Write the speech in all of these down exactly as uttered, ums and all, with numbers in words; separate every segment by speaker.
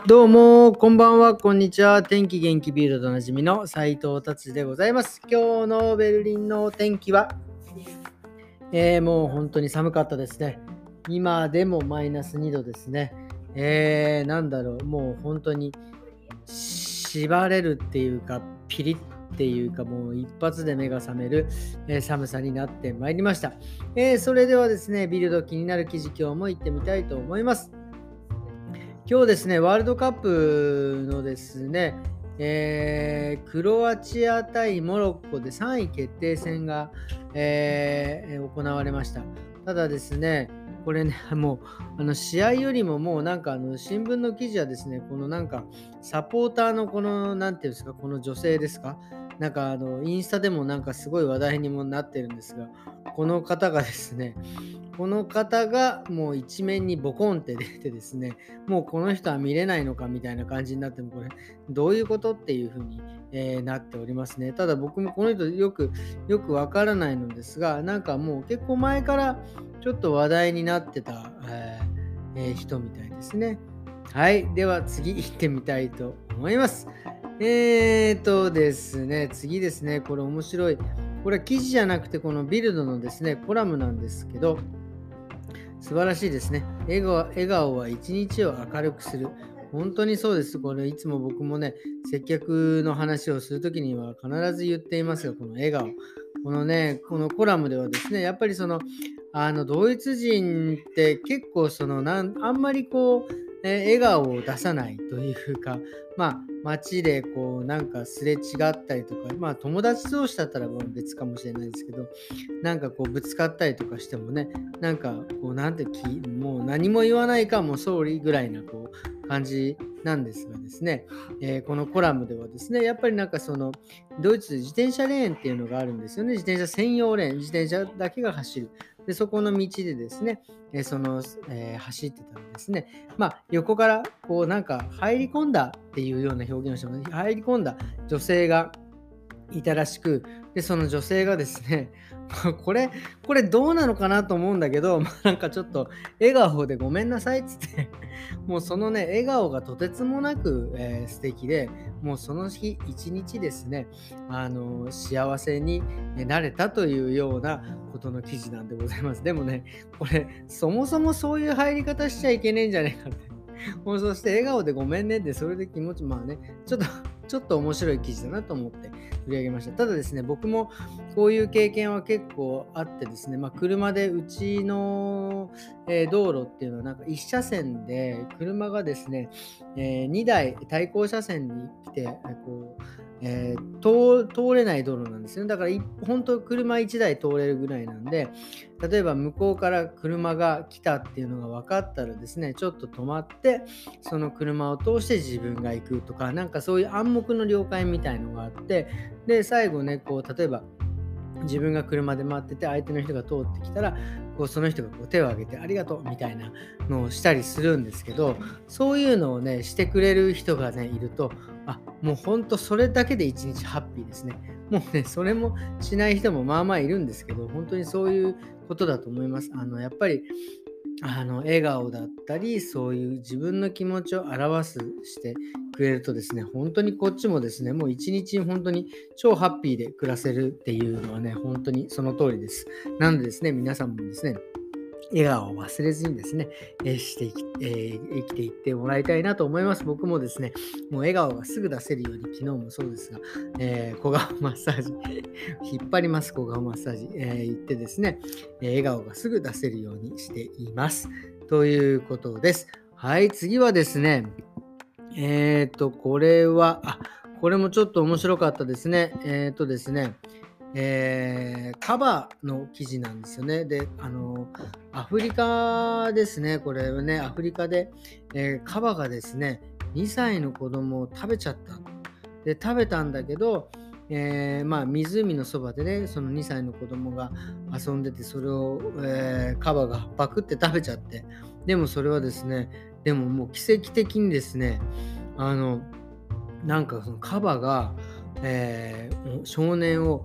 Speaker 1: どうも、こんばんは、こんにちは。天気元気ビルドでおなじみの斉藤達でございます。今日のベルリンの天気は、えーもう本当に寒かったですね。今でもマイナスにどですね。えー、なんだろう、もう本当に縛れるっていうか、ピリッっていうか、もう一発で目が覚める、えー寒さになってまいりました。えーそれではですね、ビルド気になる記事、今日も行ってみたいと思います。今日ですね、ワールドカップのですね、えークロアチア対モロッコでさんい決定戦が、えー行われました。ただですね、これね、もうあの試合よりももうなんかあの新聞の記事はですね、このなんかサポーターのこのなんていうんですか、この女性ですか、なんかあのインスタでもなんかすごい話題にもなってるんですが、この方がですね、この方がもう一面にボコンって出てですね、もうこの人は見れないのかみたいな感じになっても、これどういうことっていう風に、えーなっておりますね。ただ僕もこの人よくよくわからないのですが、なんかもう結構前からちょっと話題になってた、えーえー人みたいですね。はい、では次行ってみたいと思います。えーとですね、次ですね、これ面白い。これは記事じゃなくて、このビルドのですね、コラムなんですけど、素晴らしいですね。笑顔笑顔は一日を明るくする。本当にそうです。これいつも僕もね、接客の話をするときには必ず言っていますよ、この笑顔。このね、このコラムではですね、やっぱりその、あの、ドイツ人って結構その、なんあんまりこう、えー笑顔を出さないというか、まあ、街でこう、なんかすれ違ったりとか、まあ、友達同士だったらもう別かもしれないですけど、なんかこう、ぶつかったりとかしてもね、なんかこうなんてきもう何も言わないかもう総理ぐらいなこう感じなんですがですね、えーこのコラムではですね、やっぱりなんかそのドイツで自転車レーンっていうのがあるんですよね。自転車専用レーン、自転車だけが走る。で、そこの道でですね、えーその、えー走ってたらですね、まあ横からこうなんか入り込んだっていうような表現をしても、入り込んだ女性がいたらしく、で、その女性がですね、まあこれ、これどうなのかなと思うんだけど、まあ、なんかちょっと笑顔でごめんなさいっつって、もうそのね、笑顔がとてつもなく、えー素敵で、もうその日一日ですね、あの幸せになれたというようなことの記事なんでございます。でもね、これ、そもそもそういう入り方しちゃいけねえんじゃねえかって。もうそして笑顔でごめんねって、それで気持ち、まあね、ちょっとちょっと面白い記事だなと思って取り上げました。ただですね、僕もこういう経験は結構あってですね、まあ、車でうちの、えー道路っていうのはなんか一車線で車がですね、えーにだい対向車線に来て、えーこうえー通通れない道路なんですよね。だからい本当車いちだい通れるぐらいなんで、例えば向こうから車が来たっていうのが分かったらですね、ちょっと止まって、その車を通して自分が行くとか、なんかそういう暗黙の了解みたいのがあって、で、最後ね、こう、例えば、自分が車で待ってて相手の人が通ってきたら、こうその人がこう手を挙げてありがとうみたいなのをしたりするんですけど、そういうのをねしてくれる人がねいると、あ、もうほんとそれだけで一日ハッピーですね。もうね、それもしない人もまあまあいるんですけど、本当にそういうことだと思います。あのやっぱりあの、笑顔だったり、そういう自分の気持ちを表すしてくれるとですね、本当にこっちもですね、もう一日本当に超ハッピーで暮らせるっていうのはね、本当にその通りです。なのでですね、皆さんもですね、笑顔を忘れずにですね、えーしていき、えー生きていってもらいたいなと思います。僕もですね、もう笑顔がすぐ出せるように、昨日もそうですが、えー小顔マッサージ、引っ張ります小顔マッサージ、えー行ってですね、えー笑顔がすぐ出せるようにしています。ということです。はい、次はですね、えっと、これは、あ、これもちょっと面白かったですね。えっとですね、えーカバの記事なんですよね。で、あの、アフリカですね。これはね、アフリカで、えーカバがですね、にさいの子供を食べちゃった。で、食べたんだけど、えーまあ、湖のそばでね、そのにさいの子供が遊んでて、それを、えーカバがパクって食べちゃって、でもそれはですね、でももう奇跡的にですね、あの、なんかそのカバが、えー少年を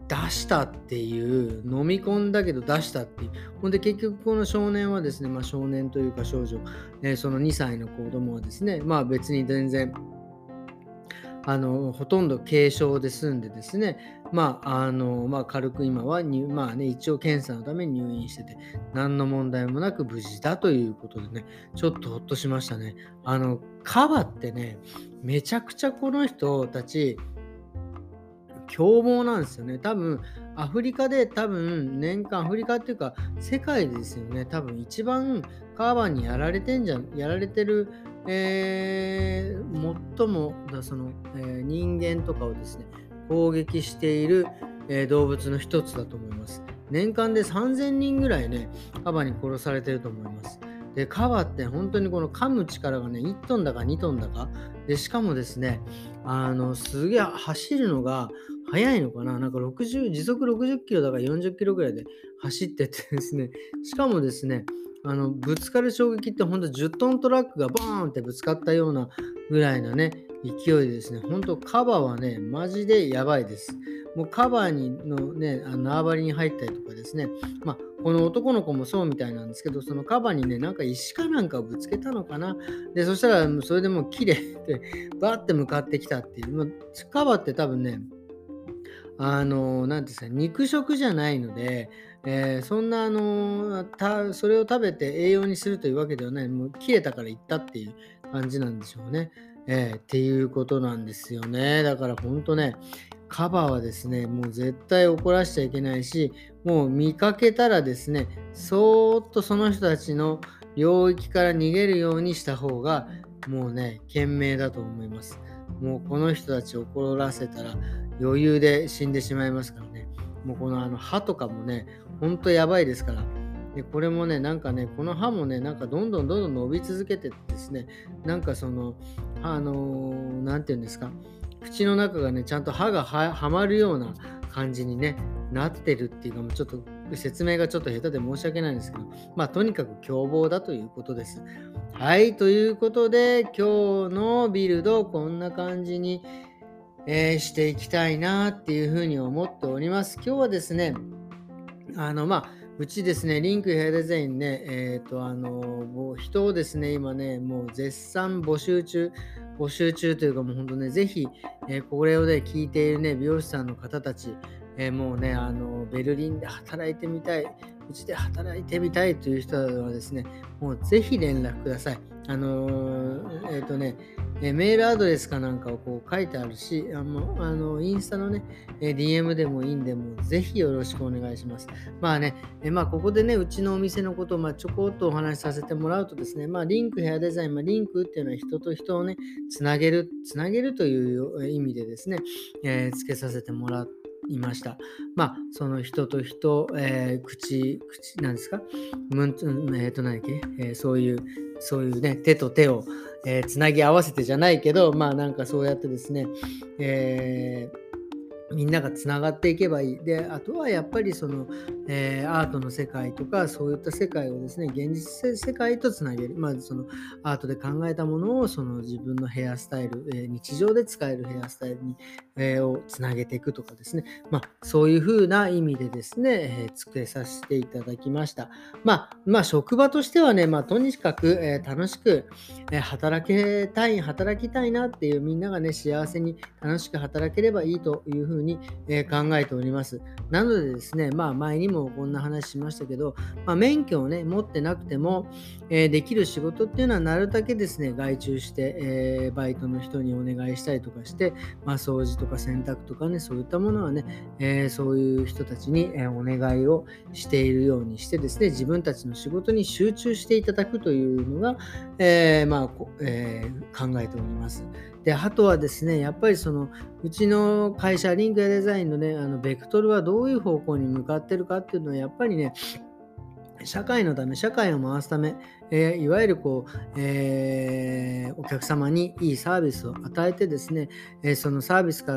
Speaker 1: 出したっていう飲み込んだけど出したっていうほんで結局この少年はですね、まあ、少年というか少女、えーそのにさいの子供はですね、まあ別に全然あのほとんど軽症で済んでですね、まああのまあ、軽く今は入、まあね、一応検査のために入院してて、何の問題もなく無事だということでね、ちょっとほっとしましたね。あのカバってね、めちゃくちゃこの人たち、凶暴なんですよね。多分、アフリカで多分、年間、アフリカっていうか、世界ですよね。多分、一番カーバンにやられてんじゃん、やられてる、えー最も、だその、えー人間とかをですね、攻撃している、えー動物の一つだと思います。年間でさんぜんにんぐらいね、カバに殺されてると思います。で、カバって本当にこの噛む力がね、いちトンだかにトンだか。で、しかもですね、あの、すげえ走るのが、速いのかななんかろくじゅう、時速ろくじゅっキロだからよんじゅっキロぐらいで走ってってですね、しかもですね、あの、ぶつかる衝撃ってほんとじゅっトントラックがバーンってぶつかったようなぐらいなね、勢いでですね、ほんとカバはね、マジでやばいです。もうカバにのね、あの縄張りに入ったりとかですね、まあ、この男の子もそうみたいなんですけど、そのカバにね、なんか石かなんかをぶつけたのかな。で、そしたら、それでもう切れて、バーって向かってきたっていう。まあ、カバって多分ね、あの、なんていうんですか、肉食じゃないので、えーそんなあのた、それを食べて栄養にするというわけではない、もう切れたから行ったっていう感じなんでしょうね。えーっていうことなんですよね。だから本当ね、カバはですね、もう絶対怒らしちゃいけないし、もう見かけたらですね、そーっとその人たちの領域から逃げるようにした方が、もうね、賢明だと思います。もうこの人たちを怒らせたら、余裕で死んでしまいますからね。もうこのあの歯とかもね、ほんとやばいですから。で、これもね、なんかね、この歯もね、なんかどんどんどんどん伸び続けてってですね、なんかその、あのー、なんていうんですか、口の中がね、ちゃんと歯がははまるような感じにね、なってるっていうか、もうちょっと説明がちょっと下手で申し訳ないんですけど、まあとにかく凶暴だということです。はい、ということで、今日のビルド、こんな感じにえーしていきたいなっていうふうに思っております。今日はですね、あの、まあ、うちですね、リンクヘアデザインね、えっ、と、あの、もう人をですね、今ね、もう絶賛募集中、募集中というか、もう本当ね、ぜひ、えーこれをね、聞いているね、美容師さんの方たち、えーもうね、あの、ベルリンで働いてみたい、うちで働いてみたいという人はですね、もうぜひ連絡ください。あのーえっ、とね、えーメールアドレスかなんかをこう書いてあるし、あの、あのインスタのね、えー ディーエム でもいいんで、もうぜひよろしくお願いします。まあね、えまあ、ここでね、うちのお店のことをまあちょこっとお話しさせてもらうとですね、まあ、リンクヘアデザイン、まあ、リンクっていうのは人と人をね、つなげる、つなげるという意味でですね、えーつけさせてもらいました。まあ、その人と人、えー口、口、なんですか、むん、うんえっ、と、何だっけ、えーそういう、そういうね、手と手を、えーつなぎ合わせてじゃないけど、まあなんかそうやってですね、えーみんながつながっていけばいい。で、あとはやっぱりその、えーアートの世界とか、そういった世界をですね、現実世界とつなげる。まずそのアートで考えたものをその自分のヘアスタイル、えー日常で使えるヘアスタイルに、えーをつなげていくとかですね。まあ、そういうふうな意味でですね、えー作れさせていただきました。まあ、まあ、職場としてはね、まあ、とにかく、えー楽しく、えー働けたい、働きたいなっていうみんながね、幸せに楽しく働ければいいというふうに、えー考えております。なのでですね、まあ前にもこんな話しましたけど、まあ、免許をね、持ってなくても、えーできる仕事っていうのはなるだけですね、外注して、えーバイトの人にお願いしたりとかして、まあ掃除とか洗濯とかね、そういったものはね、えーそういう人たちに、えーお願いをしているようにしてですね、自分たちの仕事に集中していただくというのが、えーまあこえー考えております。で、あとはですね、やっぱりその、うちの会社、リンクエデザインのね、あの、ベクトルはどういう方向に向かってるかっていうのは、やっぱりね、社会のため、社会を回すため、えーいわゆるこう、えーお客様にいいサービスを与えてですね、えーそのサービスから、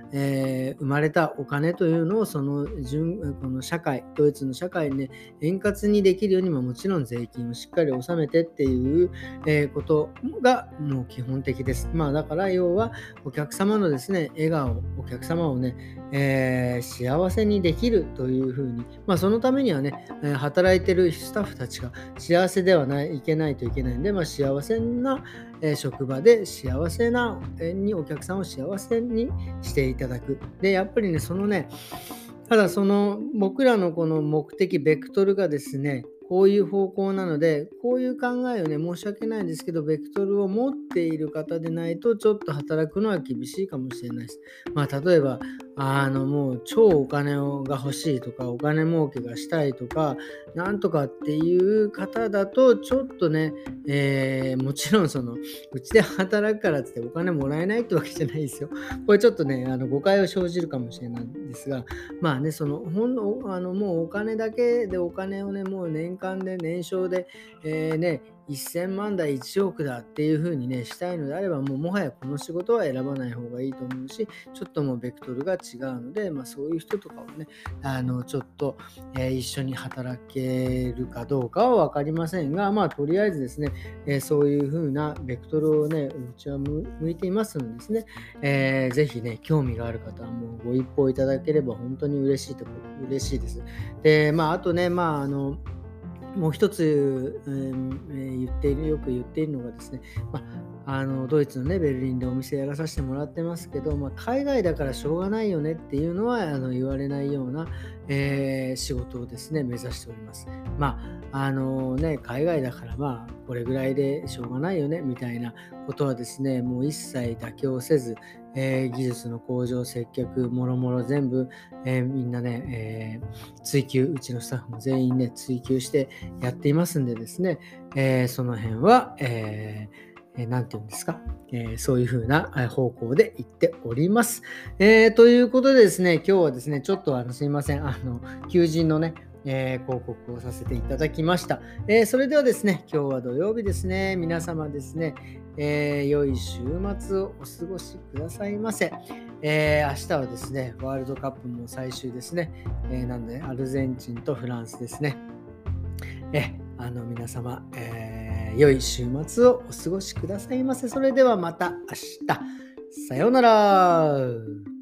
Speaker 1: えー生まれたお金というのをその順この社会、ドイツの社会にね、円滑にできるようにももちろん税金をしっかり納めてっていう、えーことがもう基本的です。まあだから要はお客様のですね、笑顔、お客様をね、えー幸せにできるというふうに、まあそのためにはね、えー働いてるスタッフたちが幸せではないいけないといけないんで、まあ、幸せな、えー職場で幸せな、えーにお客さんを幸せにしていただく。で、やっぱりね、そのね、ただその僕らのこの目的、ベクトルがですね、こういう方向なので、こういう考えをね、申し訳ないんですけど、ベクトルを持っている方でないと、ちょっと働くのは厳しいかもしれないです。まあ、例えば、あの、もう超お金をが欲しいとか、お金儲けがしたいとか、なんとかっていう方だと、ちょっとね、えーもちろんその、うちで働くからってお金もらえないってわけじゃないですよ。これちょっとね、あの誤解を生じるかもしれないんですが、まあね、その、ほんの、あの、もうお金だけでお金をね、もう年間で年商で、えーね、せんまんだいいちおくだっていう風にね、したいのであれば、もうもはやこの仕事は選ばない方がいいと思うし、ちょっともうベクトルが違うので、まあそういう人とかはね、あの、ちょっと、えー一緒に働けるかどうかは分かりませんが、まあとりあえずですね、えーそういう風なベクトルをね、うちは向向いていますのでですね、えーぜひね、興味がある方はもうご一報いただければ本当に嬉しいとこ嬉しいです。で、まあ、あとね、まあ、あの、もう一つ、うんえー言っている、よく言っているのがですね、まあ、あのドイツのね、ベルリンでお店やらさせてもらってますけど、まあ、海外だからしょうがないよねっていうのはあの言われないような、えー仕事をですね、目指しております。まあ、あのね、海外だからまあ、これぐらいでしょうがないよねみたいなことはですね、もう一切妥協せず、えー技術の向上、接客、もろもろ全部、えーみんなね、えー追求、うちのスタッフも全員ね、追求してやっていますんでですね、えーその辺は、えーえーなんていうんですか、えーそういう風なえー方向で行っております。えーということでですね、今日はですね、ちょっとあのすいません、あの、求人のね、えー広告をさせていただきました。えーそれではですね、今日は土曜日ですね、皆様ですね、えー良い週末をお過ごしくださいませ。えー明日はですね、ワールドカップも最終ですね、えーなので、アルゼンチンとフランスですね。えあの皆様、えー良い週末をお過ごしくださいませ。それではまた明日。さようなら。